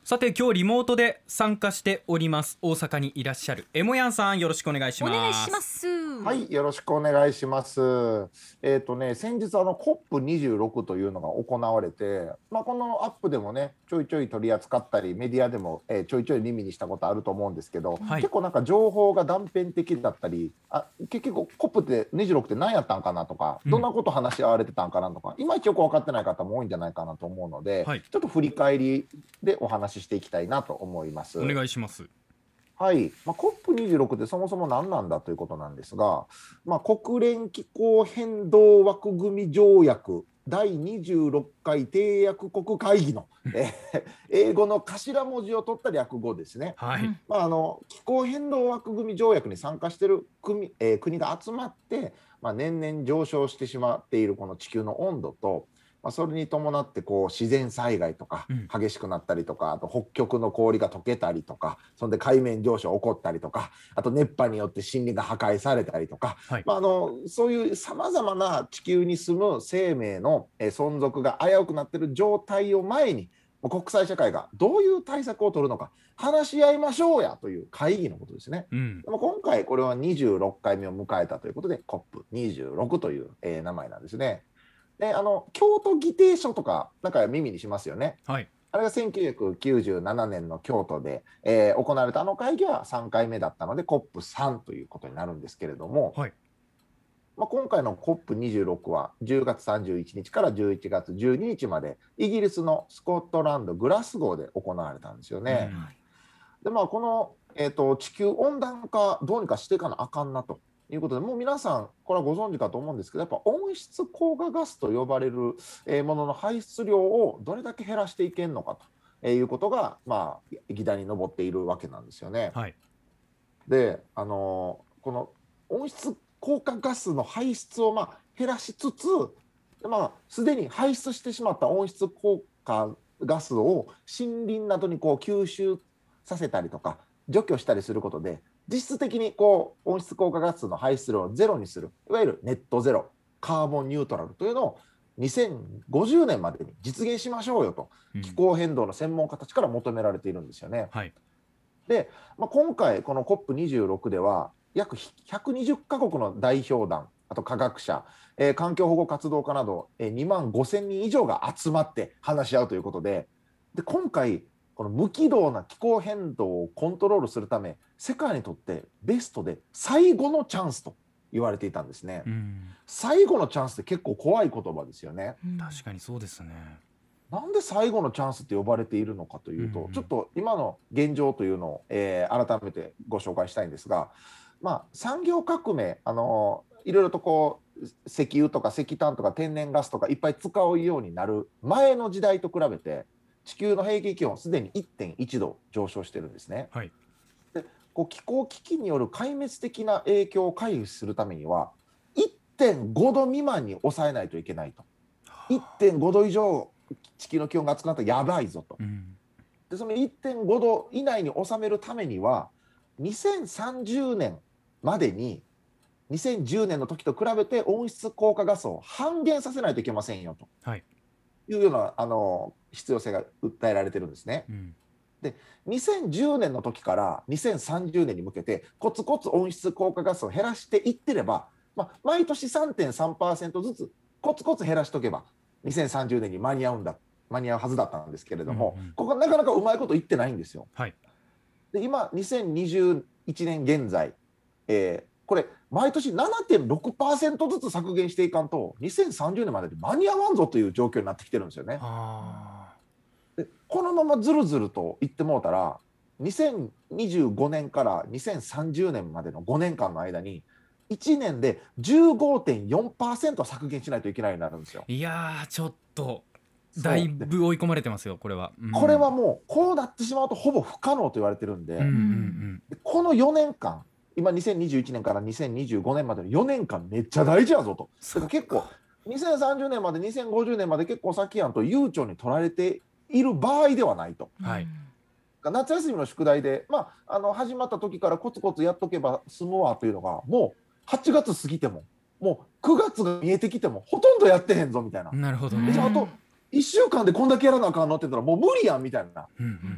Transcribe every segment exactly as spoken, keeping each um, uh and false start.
さて今日リモートで参加しております大阪にいらっしゃるエモヤンさん、よろしくお願いします。 お願いします。 はい、よろしくお願いします。えっとね、先日あの コップにじゅうろく というのが行われて、まあ、このアップでもねちょいちょい取り扱ったりメディアでも、えーちょいちょい耳にしたことあると思うんですけど、 はい結構なんか情報が断片的だったり、あ結局 コップ ってにじゅうろくって何やったんかなとか、 うんどんなこと話し合われてたんかなとか、いまいちよく分かってない方も多いんじゃないかなと思うので、 はいちょっと振り返りでお話ししていきたいなと思います。 お願いします。 はい、まあ、コップにじゅうろく ってそもそも何なんだということなんですが、まあ、国連気候変動枠組条約だいにじゅうろっかい締約国会議の、えー英語の頭文字を取った略語ですね。 はい、 うんまあ、あの気候変動枠組条約に参加している国、えー国が集まって、まあ、年々上昇してしまっているこの地球の温度と、まあ、それに伴ってこう自然災害とかうん激しくなったりとか、あと北極の氷が溶けたりとか、そんで海面上昇起こったりとか、あと熱波によって森林が破壊されたりとか、 はいまあ、あのそういうさまざまな地球に住む生命のえー存続が危うくなっている状態を前に、もう国際社会がどういう対策を取るのか話し合いましょうやという会議のことですね。 うんでも今回これはにじゅうろっかいめを迎えたということで コップにじゅうろく という、えー名前なんですね。であの京都議定書とかなんか耳にしますよね。 はいあれがせんきゅうひゃくきゅうじゅうななねんの京都で、えー行われたあの会議はさんかいめだったので コップさん ということになるんですけれども、 はいまあ、今回の コップにじゅうろく はじゅうがつさんじゅういちにちからじゅういちがつじゅうににちまでイギリスのスコットランドグラスゴーで行われたんですよね。 うんでまあ、この、えーと、地球温暖化どうにかしていかなあかんなということで、もう皆さんこれはご存知かと思うんですけど、やっぱ温室効果ガスと呼ばれる、えーものの排出量をどれだけ減らしていけるのかということが、まあ、議題に上っているわけなんですよね。 はいで、あのーこの温室効果ガスの排出をまあ減らしつつ、でまあ、すでに排出してしまった温室効果ガスを森林などにこう吸収させたりとか除去したりすることで、実質的にこう温室効果ガスの排出量をゼロにする、いわゆるネットゼロカーボンニュートラルというのをにせんごじゅうねんまでに実現しましょうよと、 うん気候変動の専門家たちから求められているんですよね。 はいで、まあ、今回この コップにじゅうろく では約ひゃくにじゅっかこくの代表団、あと科学者、えー環境保護活動家など、えーにまんごせんにん以上が集まって話し合うということで、で今回この無軌道な気候変動をコントロールするため世界にとってベストで最後のチャンスと言われていたんですね。 うん最後のチャンスって結構怖い言葉ですよね。 うん確かにそうですね。 なんで最後のチャンスって呼ばれているのかというと、 うんちょっと今の現状というのを、えー改めてご紹介したいんですが、まあ、産業革命、あのいろいろとこう石油とか石炭とか天然ガスとかいっぱい使うようになる前の時代と比べて地球の平均気温すでに いってんいちど上昇してるんですね。 はいでこう気候危機による壊滅的な影響を回避するためにはいってんごど未満に抑えないといけないと。いってんごど以上地球の気温が暑くなったらやばいぞと。 うんでその いってんごど以内に収めるためにはにせんさんじゅうねんまでににせんじゅうねんの時と比べて温室効果ガスを半減させないといけませんよとはいいうようなあの必要性が訴えられてるんですね。 うんにせんじゅうねんの時からにせんさんじゅうねんに向けてコツコツ温室効果ガスを減らしていってれば、まあ、毎年 さんてんさんパーセント ずつコツコツ減らしとけばにせんさんじゅうねんに間に合うんだ間に合うはずだったんですけれども、 うんうんここはなかなかうまいこと言ってないんですよ。 はいで今にせんにじゅういちねん現在、えーこれ毎年 ななてんろくパーセント ずつ削減していかんとにせんさんじゅうねんまでに間に合わんぞという状況になってきてるんですよね。 あでこのままずるずると言ってもうたらにせんにじゅうごねんからにせんさんじゅうねんまでのごねんかんの間にいちねんで じゅうごてんよんパーセント 削減しないといけないようになるんですよ。 ーいやーちょっとそうだいぶ追い込まれてますよこれは。うんこれはもうこうなってしまうとほぼ不可能と言われてるんで、 うんうんでこのよねんかん今にせんにじゅういちねんからにせんにじゅうごねんまでのよねんかんめっちゃ大事やぞと。だから結構にせんさんじゅうねんまでにせんごじゅうねんまで結構先やんと悠長に取られている場合ではないと。 うんはい夏休みの宿題で、まあ、あの始まった時からコツコツやっとけば済むわというのがもうはちがつ過ぎてももうくがつが見えてきてもほとんどやってへんぞみたいな。 なるほどうんでじゃああね。 といっしゅうかんでこんだけやらなあかんのって言ったらもう無理やんみたいな。 うんうん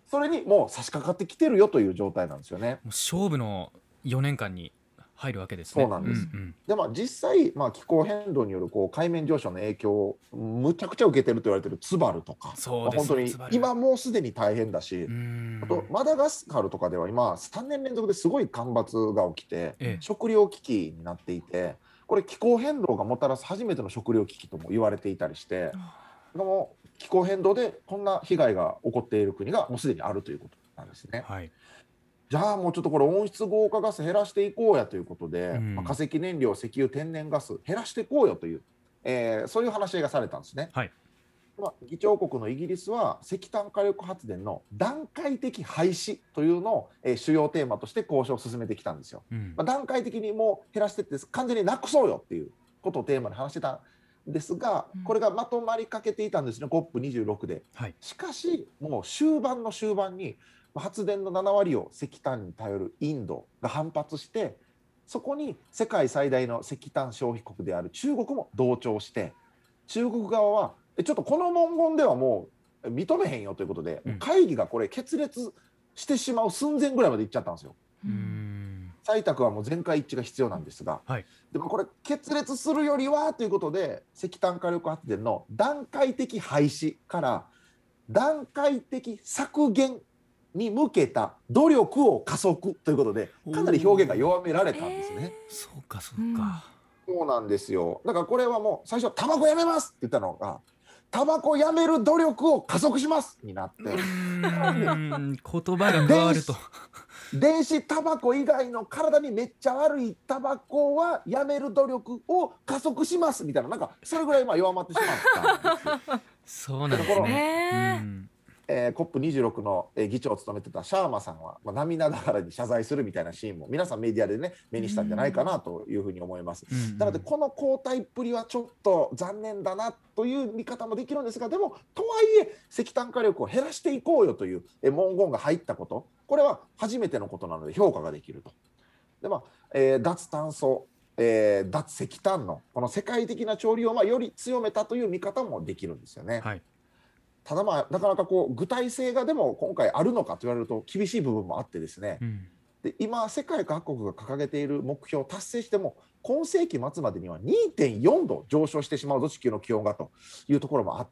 それにもう差し掛かってきてるよという状態なんですよね。 もう勝負のよねんかんに入るわけですね。 そうなんです。 うんうん、 でまあ、実際、まあ、気候変動によるこう海面上昇の影響をむちゃくちゃ受けてると言われてるツバルとか、 そうですね、 まあ、本当にツバル今もうすでに大変だし、 うーんあとマダガスカルとかでは今さんねん連続ですごい干ばつが起きて、 ええ食糧危機になっていて、これ気候変動がもたらす初めての食糧危機とも言われていたりして、でも気候変動でこんな被害が起こっている国がもうすでにあるということなんですね。 はいじゃあもうちょっとこれ温室効果ガス減らしていこうやということで、 うんまあ、化石燃料、石油、天然ガス減らしていこうよという、えーそういう話し合いがされたんですね。 はいまあ、議長国のイギリスは石炭火力発電の段階的廃止というのを、えー主要テーマとして交渉を進めてきたんですよ。 うんまあ、段階的にもう減らしていって完全になくそうよっていうことをテーマに話してたんですが、これがまとまりかけていたんですね、コップにじゅうろく で。 はいしかしもう終盤の終盤に発電のなな割を石炭に頼るインドが反発して、そこに世界最大の石炭消費国である中国も同調して、中国側はえちょっとこの文言ではもう認めへんよということで、 うん会議がこれ決裂してしまう寸前ぐらいまでいっちゃったんですよ。 うーん採択はもう全会一致が必要なんですが、 はいでもこれ決裂するよりはということで、石炭火力発電の段階的廃止から段階的削減に向けた努力を加速ということで、かなり表現が弱められたんですね。 そうかそうか、 そうなんですよ。だからこれはもう最初タバコやめますって言ったのが、タバコやめる努力を加速しますになってう、ーん言葉が加わると電子タバコ以外の体にめっちゃ悪いタバコはやめる努力を加速しますみたいな、なんかそれぐらいまあ弱まってしまったんですよ。 そうなんですね、うんえー、コップにじゅうろく の、えー議長を務めてたシャーマさんは、まあ、涙ながらに謝罪するみたいなシーンも皆さんメディアでね目にしたんじゃないかなというふうに思います。 うんうんなのでこの交代っぷりはちょっと残念だなという見方もできるんですが、でもとはいえ石炭火力を減らしていこうよというえー文言が入ったこと、これは初めてのことなので評価ができると。で、まあえー脱炭素、えー脱石炭のこの世界的な潮流をまあより強めたという見方もできるんですよね。 はいただまあなかなかこう具体性がでも今回あるのかと言われると厳しい部分もあってですね、 うんで今世界各国が掲げている目標を達成しても今世紀末までには にてんよん 度上昇してしまうぞ地球の気温がというところもあって、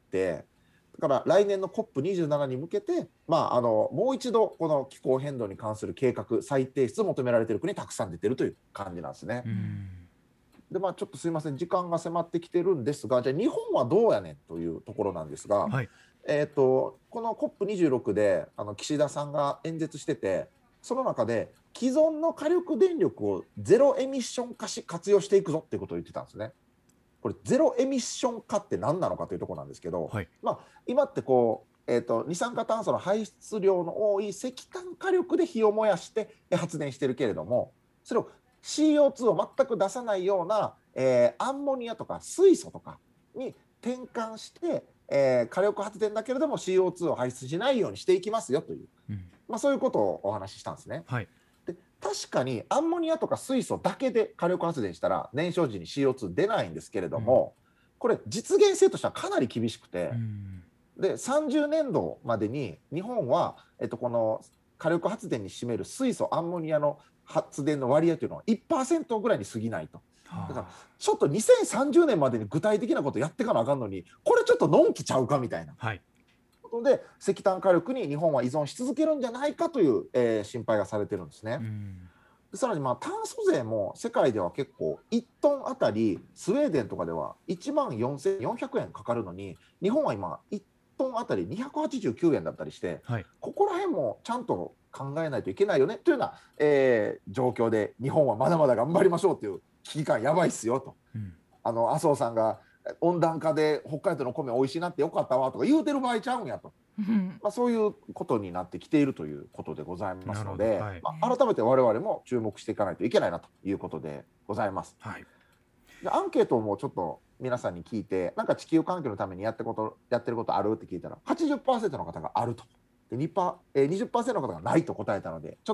だから来年の コップにじゅうなな に向けて、まあ、あのもう一度この気候変動に関する計画再提出を求められている国たくさん出ているという感じなんですね。 うんでまあ、ちょっとすいません時間が迫ってきてるんですが、じゃあ日本はどうやねんというところなんですが、 はいえー、とこの コップにじゅうろく であの岸田さんが演説してて、その中で既存の火力電力をゼロエミッション化し活用していくぞっていうことを言ってたんですね。これゼロエミッション化って何なのかというところなんですけど、 はいまあ、今ってこう、えー、と二酸化炭素の排出量の多い石炭火力で火を燃やしてえ発電してるけれども、それを シーオーツー を全く出さないような、えーアンモニアとか水素とかに転換して、えー火力発電だけれども シーオーツー を排出しないようにしていきますよという、 うんまあ、そういうことをお話ししたんですね。 はいで確かにアンモニアとか水素だけで火力発電したら燃焼時に シーオーツー 出ないんですけれども、これ実現性としてはかなり厳しくて、 うんでさんじゅうねんどまでに日本は、えっと、この火力発電に占める水素アンモニアの発電の割合というのは いちパーセント ぐらいに過ぎないと。だからちょっとにせんさんじゅうねんまでに具体的なことやっていかなあかんのに、これちょっとのんきちゃうかみたいなはいことで石炭火力に日本は依存し続けるんじゃないかという、えー心配がされてるんですね。 うんでさらにまあ炭素税も世界では結構いちトンあたりスウェーデンとかではいちまんよんせんよんひゃくえんかかるのに、日本は今いちトンあたりにひゃくはちじゅうきゅうえんだったりして、 はいここら辺もちゃんと考えないといけないよねというような、えー状況で日本はまだまだ頑張りましょうという危機感やばいっすよと。 うんあの麻生さんが温暖化で北海道の米美味しいなってよかったわとか言うてる場合ちゃうんやと、まあ、そういうことになってきているということでございますので、 なるほどはいまあ、改めて我々も注目していかないといけないなということでございます。 はいでアンケートもちょっと皆さんに聞いて、なんか地球環境のためにやってことやってることあるって聞いたら はちじゅっパーセント の方があると、で にパーセント、えー、にじゅっパーセント の方がないと答えたので、ちょっと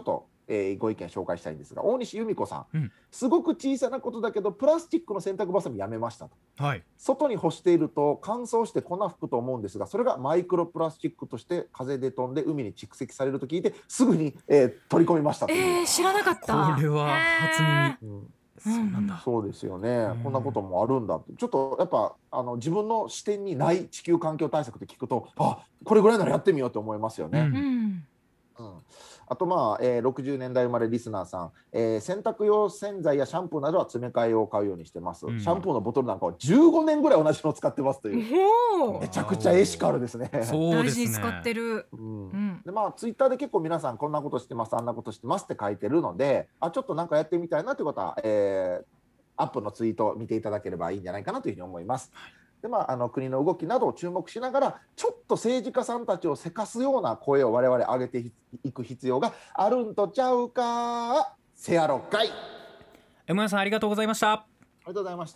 えーご意見紹介したいんですが、大西由美子さん、 うんすごく小さなことだけどプラスチックの洗濯バサミやめましたと。 はい。 外に干していると乾燥して粉吹くと思うんですが、それがマイクロプラスチックとして風で飛んで海に蓄積されると聞いてすぐに、えー取り込みましたという。 えー、知らなかった。 これは初耳。 うんそうなんだ。 そうですよね、 うんこんなこともあるんだって、ちょっとやっぱあの自分の視点にない地球環境対策って聞くと、あ、これぐらいならやってみようと思いますよね。 うんうんうん、あと、まあえーろくじゅうねんだい生まれリスナーさん、えー洗濯用洗剤やシャンプーなどは詰め替えを買うようにしてます、 うんシャンプーのボトルなんかはじゅうごねんぐらい同じのを使ってますという、 おめちゃくちゃエシカルですね。 そう大ですね。 事に使ってる。 うんうんでまあ、ツイッターで結構皆さんこんなことしてますあんなことしてますって書いてるので、あちょっとなんかやってみたいなということは、えーアップのツイートを見ていただければいいんじゃないかなというふうに思います。でまあ、あの国の動きなどを注目しながら、ちょっと政治家さんたちをせかすような声を我々上げていく必要があるんとちゃうか。せやろかい。 エモヤさんありがとうございました。 ありがとうございました。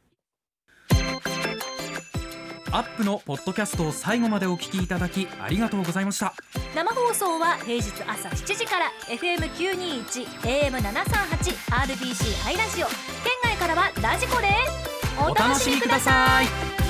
アップのポッドキャストを最後までお聞きいただきありがとうございました。 生放送は平日朝しちじから エフエムきゅうにいち エーエムななさんはち アールビーシー ハイラジオ、県外からはラジコです。 お楽しみください。